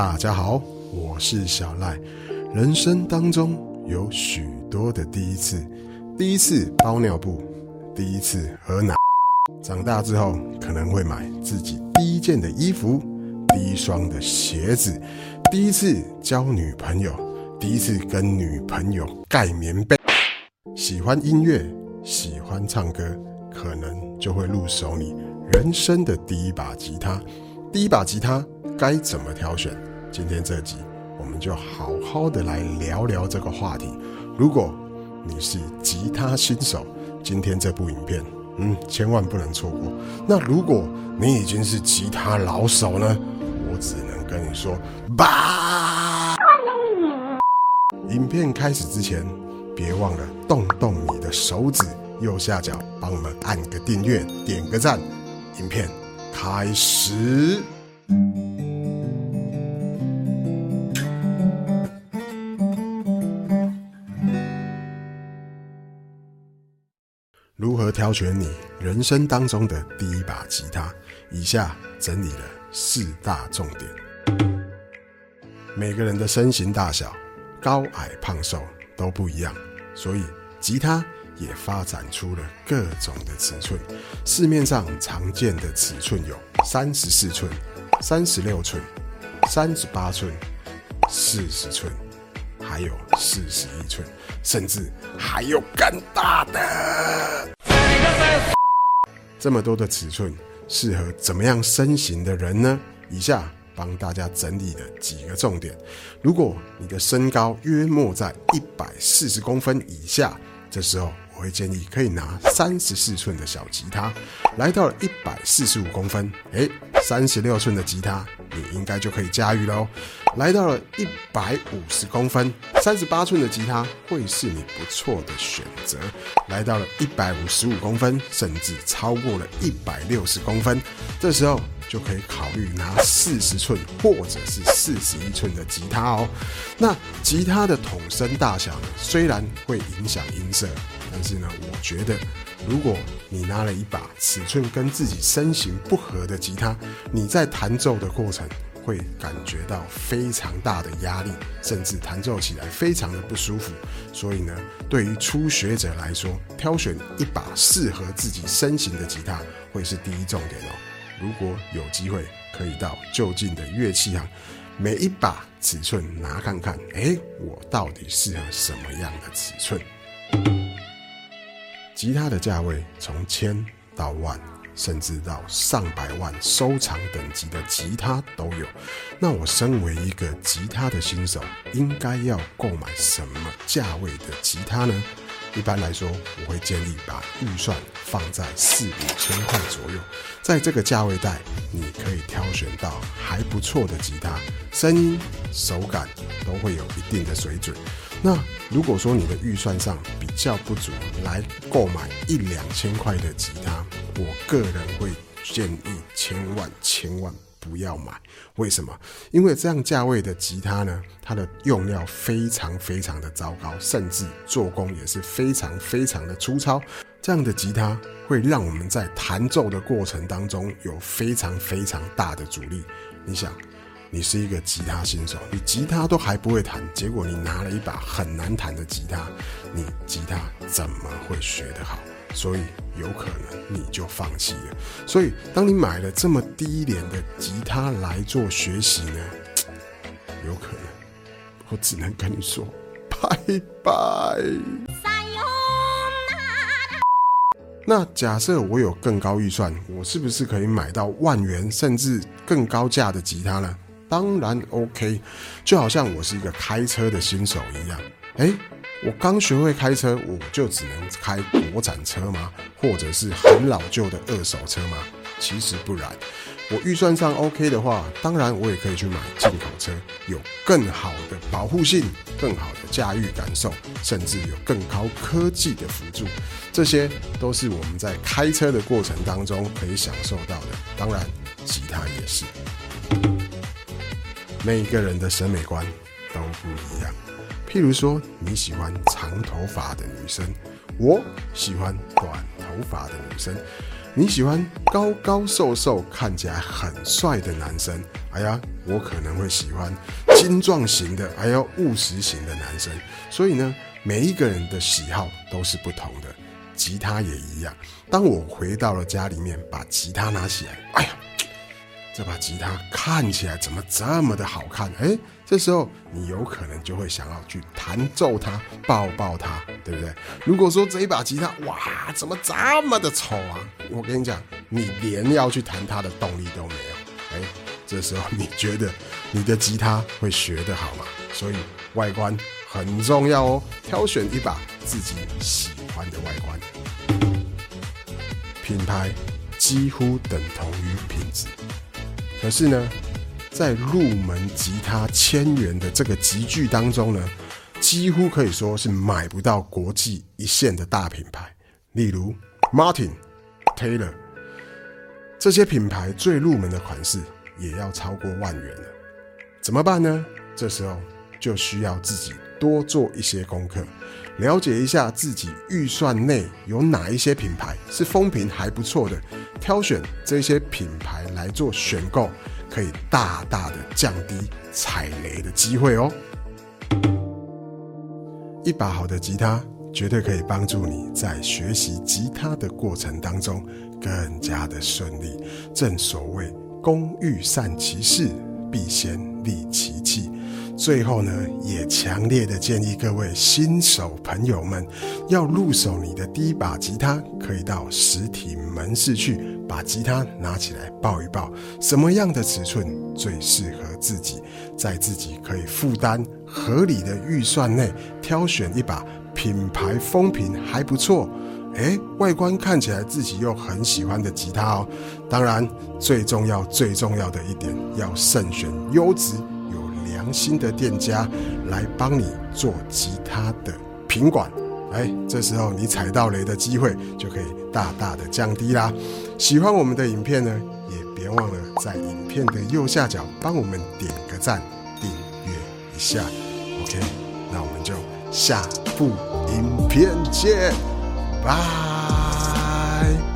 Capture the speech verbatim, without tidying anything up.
大家好，我是小赖。人生当中有许多的第一次，第一次包尿布，第一次喝奶，长大之后可能会买自己第一件的衣服，第一双的鞋子，第一次交女朋友，第一次跟女朋友盖棉被。喜欢音乐，喜欢唱歌，可能就会入手你人生的第一把吉他。第一把吉他该怎么挑选？今天这集我们就好好的来聊聊这个话题。如果你是吉他新手，今天这部影片嗯，千万不能错过。那如果你已经是吉他老手呢，我只能跟你说吧。影片开始之前，别忘了动动你的手指右下角，帮我们按个订阅，点个赞。影片开始。如何挑选你人生当中的第一把吉他？以下整理了四大重点。每个人的身形大小、高矮胖瘦都不一样，所以吉他也发展出了各种的尺寸。市面上常见的尺寸有三十四寸、三十六寸、三十八寸、四十寸，还有四十一寸，甚至还有更大的。这么多的尺寸适合怎么样身形的人呢？以下帮大家整理了几个重点。如果你的身高约莫在一百四十公分以下，这时候我会建议可以拿三十四寸的小吉他。来到了一百四十五公分，诶三十六寸的吉他你应该就可以驾驭咯。来到了一百五十公分，三十八寸的吉他会是你不错的选择。来到了一百五十五公分，甚至超过了一百六十公分，这时候就可以考虑拿四十寸或者是四十一寸的吉他哦。那吉他的筒身大小呢，虽然会影响音色，但是呢，我觉得如果你拿了一把尺寸跟自己身形不合的吉他，你在弹奏的过程会感觉到非常大的压力，甚至弹奏起来非常的不舒服。所以呢，对于初学者来说，挑选一把适合自己身形的吉他会是第一重点哦。如果有机会，可以到就近的乐器行，每一把尺寸拿看看，诶，我到底适合什么样的尺寸？吉他的价位从千到万，甚至到上百万收藏等级的吉他都有。那我身为一个吉他的新手，应该要购买什么价位的吉他呢？一般来说，我会建议把预算放在四五千块左右。在这个价位带，你可以挑选到还不错的吉他，声音、手感都会有一定的水准。那如果说你的预算上比较不足，来购买一两千块的吉他，我个人会建议千万千万不要买。为什么？因为这样价位的吉他呢，它的用料非常非常的糟糕，甚至做工也是非常非常的粗糙。这样的吉他会让我们在弹奏的过程当中有非常非常大的阻力。你想，你是一个吉他新手，你吉他都还不会弹，结果你拿了一把很难弹的吉他，你吉他怎么会学得好？所以有可能你就放弃了。所以当你买了这么低廉的吉他来做学习呢，有可能我只能跟你说拜拜。那假设我有更高预算，我是不是可以买到万元甚至更高价的吉他呢？当然 OK， 就好像我是一个开车的新手一样，诶我刚学会开车，我就只能开国产车吗？或者是很老旧的二手车吗？其实不然。我预算上 OK 的话，当然我也可以去买进口车，有更好的保护性、更好的驾驭感受，甚至有更高科技的辅助，这些都是我们在开车的过程当中可以享受到的。当然，吉他也是。每个人的审美观都不一样。譬如说，你喜欢长头发的女生，我喜欢短头发的女生。你喜欢高高瘦瘦看起来很帅的男生， 哎呀，我可能会喜欢精壮型的，哎呀，务实型的男生。所以呢，每一个人的喜好都是不同的，吉他也一样。当我回到了家里面，把吉他拿起来，哎呀，这把吉他看起来怎么这么的好看？哎，这时候你有可能就会想要去弹奏它，抱抱它，对不对？如果说这一把吉他，哇，怎么这么的丑啊？我跟你讲，你连要去弹它的动力都没有。哎，这时候你觉得你的吉他会学得好吗？所以外观很重要哦，挑选一把自己喜欢的外观。品牌几乎等同于品质。可是呢，在入门吉他千元的这个集聚当中呢，几乎可以说是买不到国际一线的大品牌，例如 Martin、Taylor 这些品牌最入门的款式也要超过万元了。怎么办呢？这时候就需要自己多做一些功课，了解一下自己预算内有哪一些品牌是风评还不错的，挑选这些品牌来做选购，可以大大的降低踩雷的机会哦。一把好的吉他绝对可以帮助你在学习吉他的过程当中更加的顺利。正所谓工欲善其事，必先利其器。最后呢，也强烈的建议各位新手朋友们，要入手你的第一把吉他，可以到实体门市去把吉他拿起来抱一抱，什么样的尺寸最适合自己，在自己可以负担合理的预算内，挑选一把品牌风评还不错，诶，外观看起来自己又很喜欢的吉他哦。当然最重要最重要的一点，要慎选优质良心的店家来帮你做吉他的品管，哎，这时候你踩到雷的机会就可以大大的降低啦。喜欢我们的影片呢，也别忘了在影片的右下角帮我们点个赞，订阅一下。OK， 那我们就下部影片见，拜。